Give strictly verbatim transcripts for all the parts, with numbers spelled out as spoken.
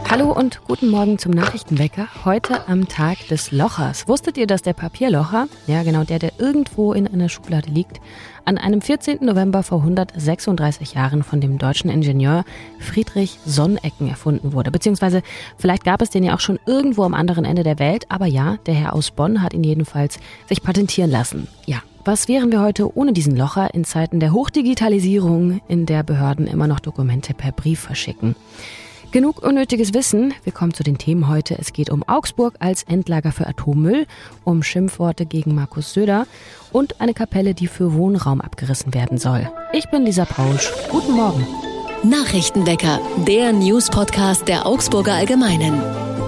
Hallo und guten Morgen zum Nachrichtenwecker. Heute am Tag des Lochers. Wusstet ihr, dass der Papierlocher, ja genau der, der irgendwo in einer Schublade liegt, an einem vierzehnten November vor hundertsechsunddreißig Jahren von dem deutschen Ingenieur Friedrich Sonnecken erfunden wurde? Beziehungsweise vielleicht gab es den ja auch schon irgendwo am anderen Ende der Welt, aber ja, der Herr aus Bonn hat ihn jedenfalls sich patentieren lassen. Ja, was wären wir heute ohne diesen Locher in Zeiten der Hochdigitalisierung, in der Behörden immer noch Dokumente per Brief verschicken? Genug unnötiges Wissen. Wir kommen zu den Themen heute. Es geht um Augsburg als Endlager für Atommüll, um Schimpfworte gegen Markus Söder und eine Kapelle, die für Wohnraum abgerissen werden soll. Ich bin Lisa Pausch. Guten Morgen. Nachrichtenwecker, der News-Podcast der Augsburger Allgemeinen.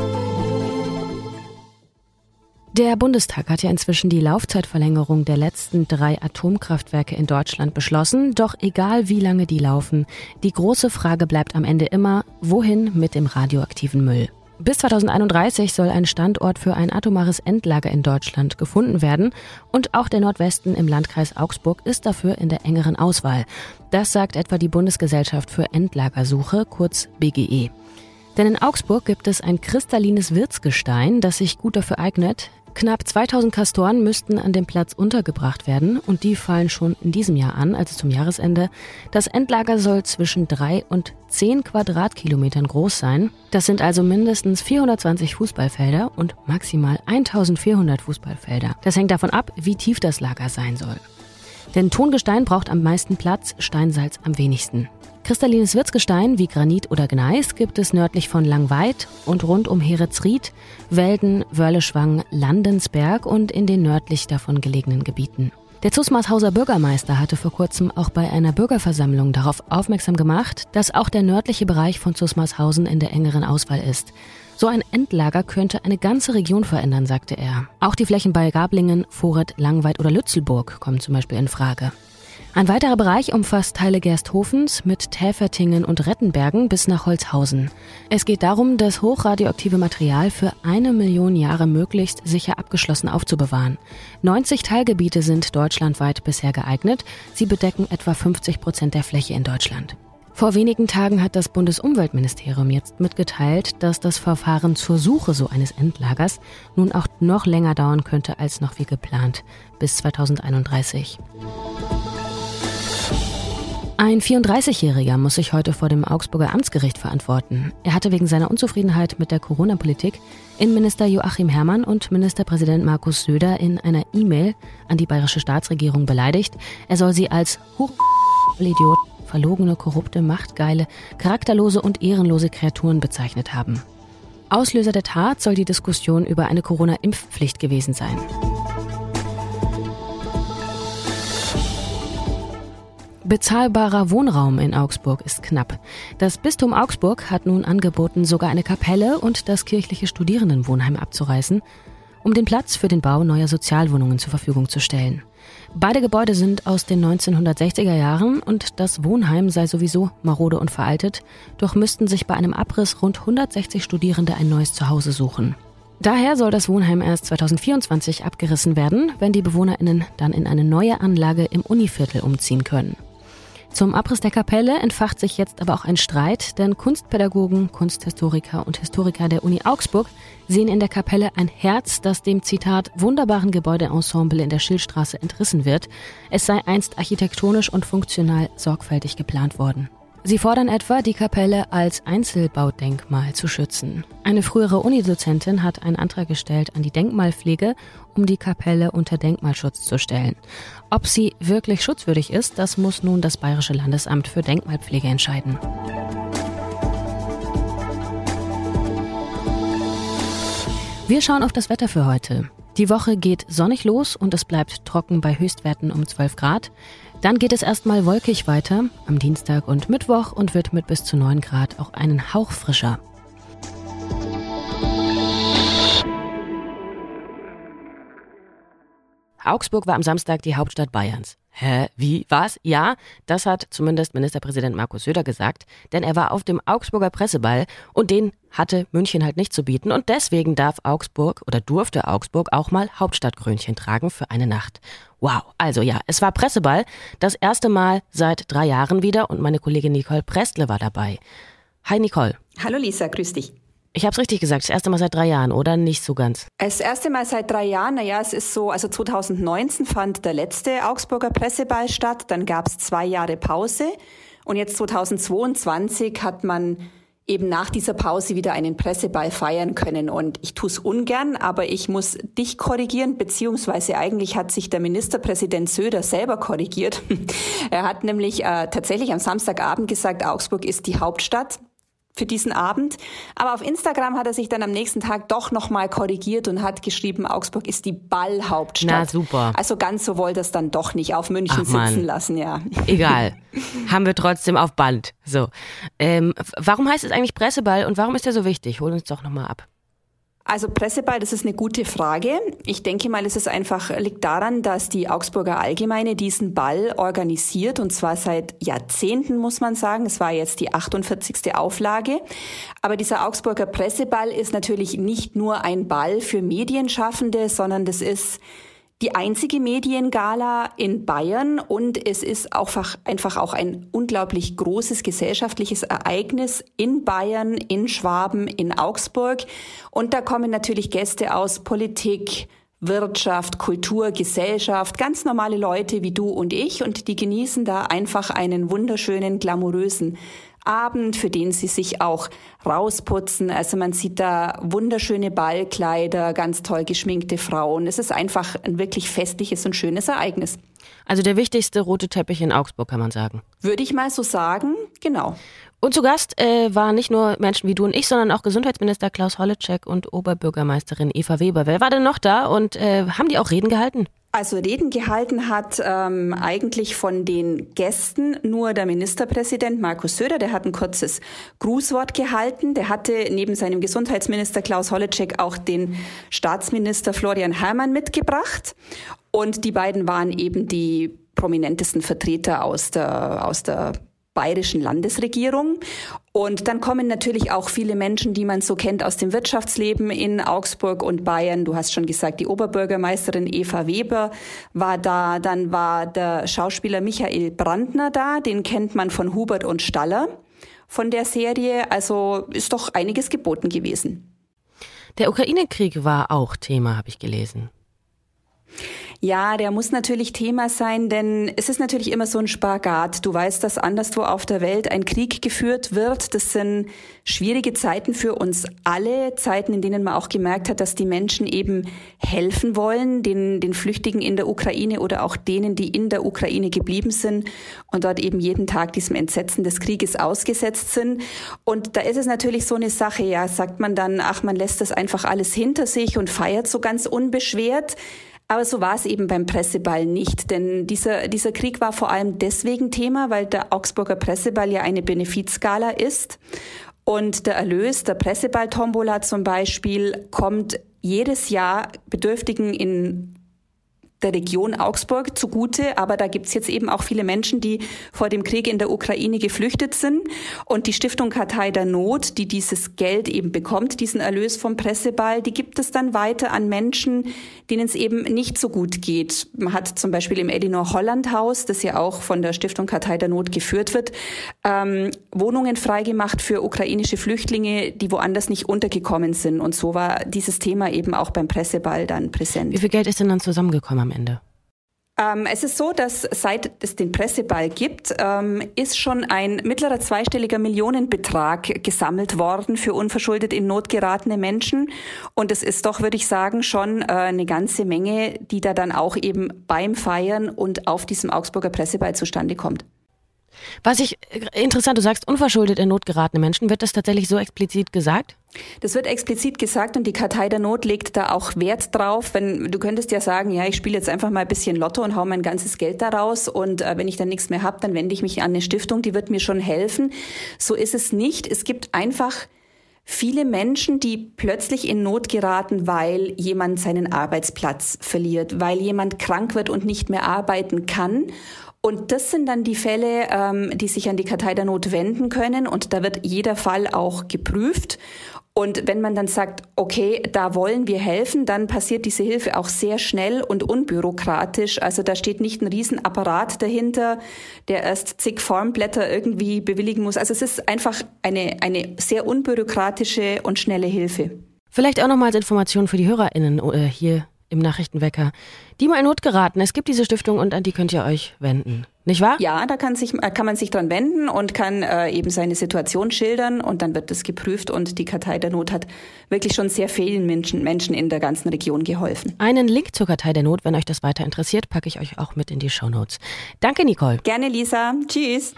Der Bundestag hat ja inzwischen die Laufzeitverlängerung der letzten drei Atomkraftwerke in Deutschland beschlossen. Doch egal wie lange die laufen, die große Frage bleibt am Ende immer, wohin mit dem radioaktiven Müll? Bis zweitausendeinunddreißig soll ein Standort für ein atomares Endlager in Deutschland gefunden werden. Und auch der Nordwesten im Landkreis Augsburg ist dafür in der engeren Auswahl. Das sagt etwa die Bundesgesellschaft für Endlagersuche, kurz B G E. Denn in Augsburg gibt es ein kristallines Wirtsgestein, das sich gut dafür eignet. Knapp zweitausend Kastoren müssten an dem Platz untergebracht werden und die fallen schon in diesem Jahr an, also zum Jahresende. Das Endlager soll zwischen drei und zehn Quadratkilometern groß sein. Das sind also mindestens vierhundertzwanzig Fußballfelder und maximal eintausendvierhundert Fußballfelder. Das hängt davon ab, wie tief das Lager sein soll. Denn Tongestein braucht am meisten Platz, Steinsalz am wenigsten. Kristallines Wirtsgestein wie Granit oder Gneis gibt es nördlich von Langweid und rund um Heeritzried, Welden, Wörleschwang, Landensberg und in den nördlich davon gelegenen Gebieten. Der Zusmarshauser Bürgermeister hatte vor kurzem auch bei einer Bürgerversammlung darauf aufmerksam gemacht, dass auch der nördliche Bereich von Zusmarshausen in der engeren Auswahl ist. So ein Endlager könnte eine ganze Region verändern, sagte er. Auch die Flächen bei Gablingen, Voreth, Langweid oder Lützelburg kommen zum Beispiel in Frage. Ein weiterer Bereich umfasst Teile Gersthofens mit Täfertingen und Rettenbergen bis nach Holzhausen. Es geht darum, das hochradioaktive Material für eine Million Jahre möglichst sicher abgeschlossen aufzubewahren. neunzig Teilgebiete sind deutschlandweit bisher geeignet. Sie bedecken etwa fünfzig Prozent der Fläche in Deutschland. Vor wenigen Tagen hat das Bundesumweltministerium jetzt mitgeteilt, dass das Verfahren zur Suche so eines Endlagers nun auch noch länger dauern könnte als noch wie geplant, bis zweitausendeinunddreißig. Ein vierunddreißigjähriger muss sich heute vor dem Augsburger Amtsgericht verantworten. Er hatte wegen seiner Unzufriedenheit mit der Corona-Politik Innenminister Joachim Herrmann und Ministerpräsident Markus Söder in einer E-Mail an die bayerische Staatsregierung beleidigt. Er soll sie als Idiot, verlogene, korrupte, machtgeile, charakterlose und ehrenlose Kreaturen bezeichnet haben. Auslöser der Tat soll die Diskussion über eine Corona-Impfpflicht gewesen sein. Bezahlbarer Wohnraum in Augsburg ist knapp. Das Bistum Augsburg hat nun angeboten, sogar eine Kapelle und das kirchliche Studierendenwohnheim abzureißen, um den Platz für den Bau neuer Sozialwohnungen zur Verfügung zu stellen. Beide Gebäude sind aus den neunzehnhundertsechziger Jahren und das Wohnheim sei sowieso marode und veraltet, doch müssten sich bei einem Abriss rund hundertsechzig Studierende ein neues Zuhause suchen. Daher soll das Wohnheim erst zweitausendvierundzwanzig abgerissen werden, wenn die BewohnerInnen dann in eine neue Anlage im Univiertel umziehen können. Zum Abriss der Kapelle entfacht sich jetzt aber auch ein Streit, denn Kunstpädagogen, Kunsthistoriker und Historiker der Uni Augsburg sehen in der Kapelle ein Herz, das dem, Zitat, wunderbaren Gebäudeensemble in der Schildstraße entrissen wird. Es sei einst architektonisch und funktional sorgfältig geplant worden. Sie fordern etwa, die Kapelle als Einzelbaudenkmal zu schützen. Eine frühere Unidozentin hat einen Antrag gestellt an die Denkmalpflege, um die Kapelle unter Denkmalschutz zu stellen. Ob sie wirklich schutzwürdig ist, das muss nun das Bayerische Landesamt für Denkmalpflege entscheiden. Wir schauen auf das Wetter für heute. Die Woche geht sonnig los und es bleibt trocken bei Höchstwerten um zwölf Grad. Dann geht es erstmal wolkig weiter am Dienstag und Mittwoch und wird mit bis zu neun Grad auch einen Hauch frischer. Augsburg war am Samstag die Hauptstadt Bayerns. Hä? Wie? Was? Ja, das hat zumindest Ministerpräsident Markus Söder gesagt, denn er war auf dem Augsburger Presseball und den hatte München halt nicht zu bieten und deswegen darf Augsburg oder durfte Augsburg auch mal Hauptstadtkrönchen tragen für eine Nacht. Wow, also ja, es war Presseball, das erste Mal seit drei Jahren wieder und meine Kollegin Nicole Prestle war dabei. Hi Nicole. Hallo Lisa, grüß dich. Ich habe es richtig gesagt, das erste Mal seit drei Jahren, oder? Nicht so ganz. Das erste Mal seit drei Jahren, naja, es ist so, also zwanzig neunzehn fand der letzte Augsburger Presseball statt, dann gab es zwei Jahre Pause und jetzt zwanzig zweiundzwanzig hat man eben nach dieser Pause wieder einen Presseball feiern können. Und ich tue es ungern, aber ich muss dich korrigieren, beziehungsweise eigentlich hat sich der Ministerpräsident Söder selber korrigiert. Er hat nämlich äh, tatsächlich am Samstagabend gesagt, Augsburg ist die Hauptstadt für diesen Abend. Aber auf Instagram hat er sich dann am nächsten Tag doch nochmal korrigiert und hat geschrieben, Augsburg ist die Ballhauptstadt. Na super. Also ganz so wollte er es dann doch nicht auf München Ach, Mann. sitzen lassen, ja. Egal. Haben wir trotzdem auf Band. So. Ähm, warum heißt es eigentlich Presseball und warum ist der so wichtig? Hol uns doch nochmal ab. Also Presseball, das ist eine gute Frage. Ich denke mal, es ist einfach, liegt daran, dass die Augsburger Allgemeine diesen Ball organisiert und zwar seit Jahrzehnten, muss man sagen. Es war jetzt die achtundvierzigste Auflage. Aber dieser Augsburger Presseball ist natürlich nicht nur ein Ball für Medienschaffende, sondern das ist die einzige Mediengala in Bayern und es ist auch einfach auch ein unglaublich großes gesellschaftliches Ereignis in Bayern, in Schwaben, in Augsburg. Und da kommen natürlich Gäste aus Politik, Wirtschaft, Kultur, Gesellschaft, ganz normale Leute wie du und ich und die genießen da einfach einen wunderschönen, glamourösen Abend, für den sie sich auch rausputzen. Also man sieht da wunderschöne Ballkleider, ganz toll geschminkte Frauen. Es ist einfach ein wirklich festliches und schönes Ereignis. Also der wichtigste rote Teppich in Augsburg, kann man sagen. Würde ich mal so sagen, genau. Und zu Gast äh, waren nicht nur Menschen wie du und ich, sondern auch Gesundheitsminister Klaus Holleczek und Oberbürgermeisterin Eva Weber. Wer war denn noch da und äh, haben die auch Reden gehalten? Also Reden gehalten hat ähm, eigentlich von den Gästen nur der Ministerpräsident Markus Söder. Der hat ein kurzes Grußwort gehalten. Der hatte neben seinem Gesundheitsminister Klaus Holleczek auch den Staatsminister Florian Herrmann mitgebracht. Und die beiden waren eben die prominentesten Vertreter aus der, aus der bayerischen Landesregierung. Und dann kommen natürlich auch viele Menschen, die man so kennt aus dem Wirtschaftsleben in Augsburg und Bayern. Du hast schon gesagt, die Oberbürgermeisterin Eva Weber war da. Dann war der Schauspieler Michael Brandner da. Den kennt man von Hubert und Staller von der Serie. Also ist doch einiges geboten gewesen. Der Ukraine-Krieg war auch Thema, habe ich gelesen. Ja, der muss natürlich Thema sein, denn es ist natürlich immer so ein Spagat. Du weißt, dass anderswo auf der Welt ein Krieg geführt wird. Das sind schwierige Zeiten für uns alle, Zeiten, in denen man auch gemerkt hat, dass die Menschen eben helfen wollen, den, den Flüchtigen in der Ukraine oder auch denen, die in der Ukraine geblieben sind und dort eben jeden Tag diesem Entsetzen des Krieges ausgesetzt sind. Und da ist es natürlich so eine Sache, ja, sagt man dann, ach, man lässt das einfach alles hinter sich und feiert so ganz unbeschwert. Aber so war es eben beim Presseball nicht, denn dieser, dieser Krieg war vor allem deswegen Thema, weil der Augsburger Presseball ja eine Benefizgala ist und der Erlös der Presseball-Tombola zum Beispiel kommt jedes Jahr Bedürftigen in der Region Augsburg zugute, aber da gibt's jetzt eben auch viele Menschen, die vor dem Krieg in der Ukraine geflüchtet sind und die Stiftung Kartei der Not, die dieses Geld eben bekommt, diesen Erlös vom Presseball, die gibt es dann weiter an Menschen, denen es eben nicht so gut geht. Man hat zum Beispiel im Elinor Holland Haus, das ja auch von der Stiftung Kartei der Not geführt wird, ähm, Wohnungen freigemacht für ukrainische Flüchtlinge, die woanders nicht untergekommen sind und so war dieses Thema eben auch beim Presseball dann präsent. Wie viel Geld ist denn dann zusammengekommen am Ende? Ähm, es ist so, dass seit es den Presseball gibt, ähm, ist schon ein mittlerer zweistelliger Millionenbetrag gesammelt worden für unverschuldet in Not geratene Menschen. Und es ist doch, würde ich sagen, schon äh, eine ganze Menge, die da dann auch eben beim Feiern und auf diesem Augsburger Presseball zustande kommt. Was ich interessant, du sagst unverschuldet in Not geratene Menschen, wird das tatsächlich so explizit gesagt? Das wird explizit gesagt und die Kartei der Not legt da auch Wert drauf. Wenn du könntest ja sagen, ja, ich spiele jetzt einfach mal ein bisschen Lotto und hau mein ganzes Geld da raus und äh, wenn ich dann nichts mehr habe, dann wende ich mich an eine Stiftung, die wird mir schon helfen. So ist es nicht. Es gibt einfach viele Menschen, die plötzlich in Not geraten, weil jemand seinen Arbeitsplatz verliert, weil jemand krank wird und nicht mehr arbeiten kann. Und das sind dann die Fälle, ähm, die sich an die Kartei der Not wenden können. Und da wird jeder Fall auch geprüft. Und wenn man dann sagt, okay, da wollen wir helfen, dann passiert diese Hilfe auch sehr schnell und unbürokratisch. Also da steht nicht ein Riesenapparat dahinter, der erst zig Formblätter irgendwie bewilligen muss. Also es ist einfach eine, eine sehr unbürokratische und schnelle Hilfe. Vielleicht auch nochmal als Information für die HörerInnen äh, hier im Nachrichtenwecker, die mal in Not geraten. Es gibt diese Stiftung und an die könnt ihr euch wenden. Nicht wahr? Ja, da kann, sich, kann man sich dran wenden und kann äh, eben seine Situation schildern und dann wird das geprüft und die Kartei der Not hat wirklich schon sehr vielen Menschen, Menschen in der ganzen Region geholfen. Einen Link zur Kartei der Not, wenn euch das weiter interessiert, packe ich euch auch mit in die Shownotes. Danke, Nicole. Gerne, Lisa. Tschüss.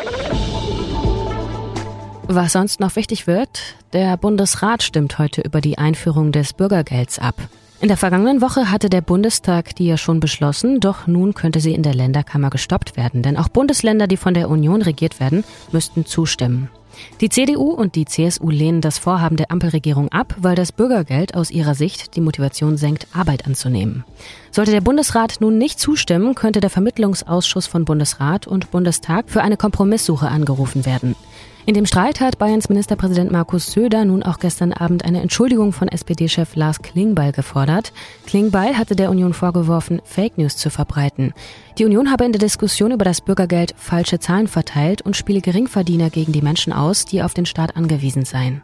Was sonst noch wichtig wird, der Bundesrat stimmt heute über die Einführung des Bürgergelds ab. In der vergangenen Woche hatte der Bundestag die ja schon beschlossen, doch nun könnte sie in der Länderkammer gestoppt werden, denn auch Bundesländer, die von der Union regiert werden, müssten zustimmen. Die C D U und die C S U lehnen das Vorhaben der Ampelregierung ab, weil das Bürgergeld aus ihrer Sicht die Motivation senkt, Arbeit anzunehmen. Sollte der Bundesrat nun nicht zustimmen, könnte der Vermittlungsausschuss von Bundesrat und Bundestag für eine Kompromisssuche angerufen werden. In dem Streit hat Bayerns Ministerpräsident Markus Söder nun auch gestern Abend eine Entschuldigung von S P D-Chef Lars Klingbeil gefordert. Klingbeil hatte der Union vorgeworfen, Fake News zu verbreiten. Die Union habe in der Diskussion über das Bürgergeld falsche Zahlen verteilt und spiele Geringverdiener gegen die Menschen aus, die auf den Staat angewiesen seien.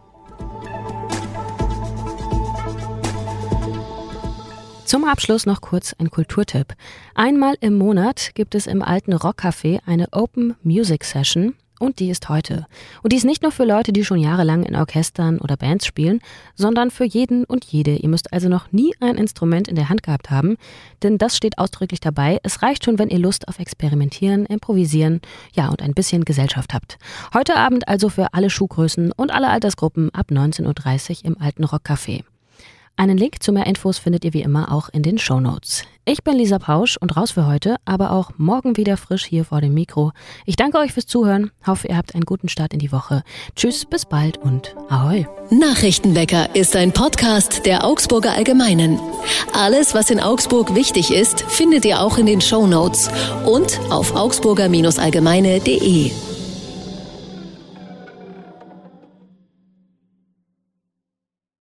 Zum Abschluss noch kurz ein Kulturtipp. Einmal im Monat gibt es im alten Rockcafé eine Open Music Session. Und die ist heute. Und die ist nicht nur für Leute, die schon jahrelang in Orchestern oder Bands spielen, sondern für jeden und jede. Ihr müsst also noch nie ein Instrument in der Hand gehabt haben, denn das steht ausdrücklich dabei. Es reicht schon, wenn ihr Lust auf Experimentieren, Improvisieren, ja und ein bisschen Gesellschaft habt. Heute Abend also für alle Schuhgrößen und alle Altersgruppen ab neunzehn Uhr dreißig im alten Rockcafé. Einen Link zu mehr Infos findet ihr wie immer auch in den Shownotes. Ich bin Lisa Pausch und raus für heute, aber auch morgen wieder frisch hier vor dem Mikro. Ich danke euch fürs Zuhören, hoffe ihr habt einen guten Start in die Woche. Tschüss, bis bald und ahoi. Nachrichtenwecker ist ein Podcast der Augsburger Allgemeinen. Alles, was in Augsburg wichtig ist, findet ihr auch in den Shownotes und auf augsburger Bindestrich allgemeine punkt de.